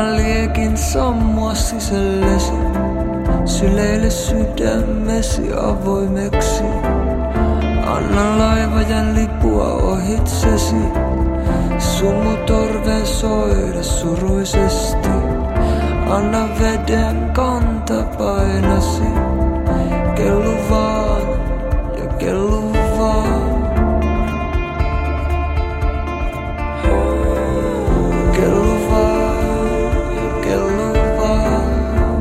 Anna liekin sammua sisällesi, syleile sydämesi avoimeksi. Anna laivajan lipua ohitsesi, sumutorven soida suruisesti. Anna veden kanta painasi, kellu vaan ja kellu vaan. Kellu vaan ja kellu vaan.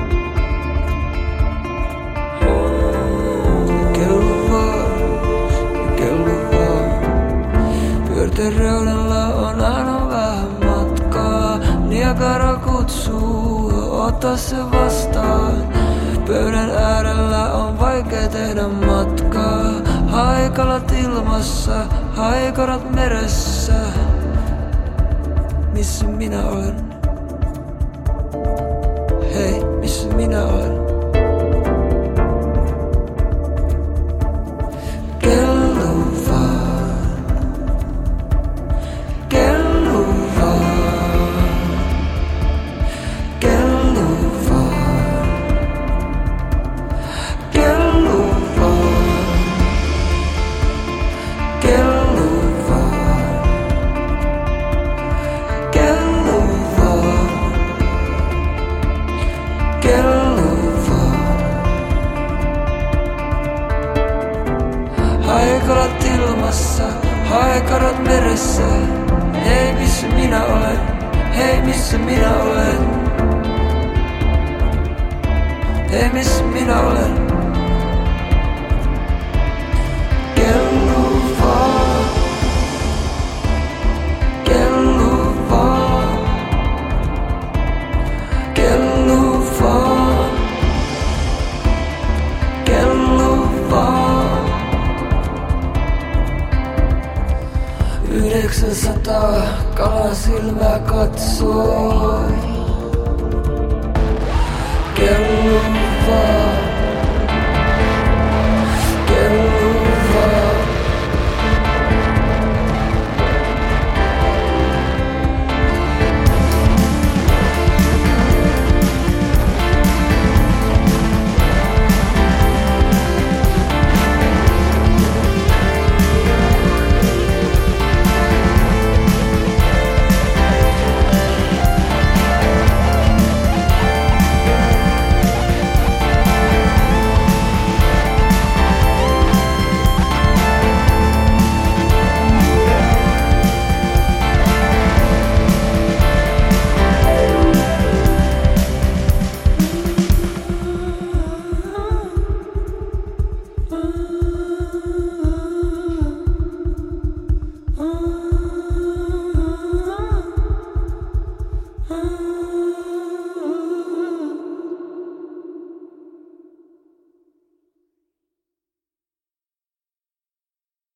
Kellu vaan ja kellu vaan. Pyörten reunalla on aina vähän matkaa. Niagara kutsuu, ota se vastaan. Pöydän äärellä on vaikea tehdä matkaa. Haikalat ilmassa, haikarat meressä. Missä minä olen? Hei, missä minä olen? Kellu vaan, kellu vaan, kellu vaan, kellu vaan, kellu vaan, kellu vaan, kellu vaan. Haikarat ilmassa, haikarat meressä. Hei, missä minä olen? Hei, missä minä olen? Hei, missä minä olen? Kellu vaan, kellu vaan, kellu vaan, kellu vaan. 900 kalan silmää katsoi.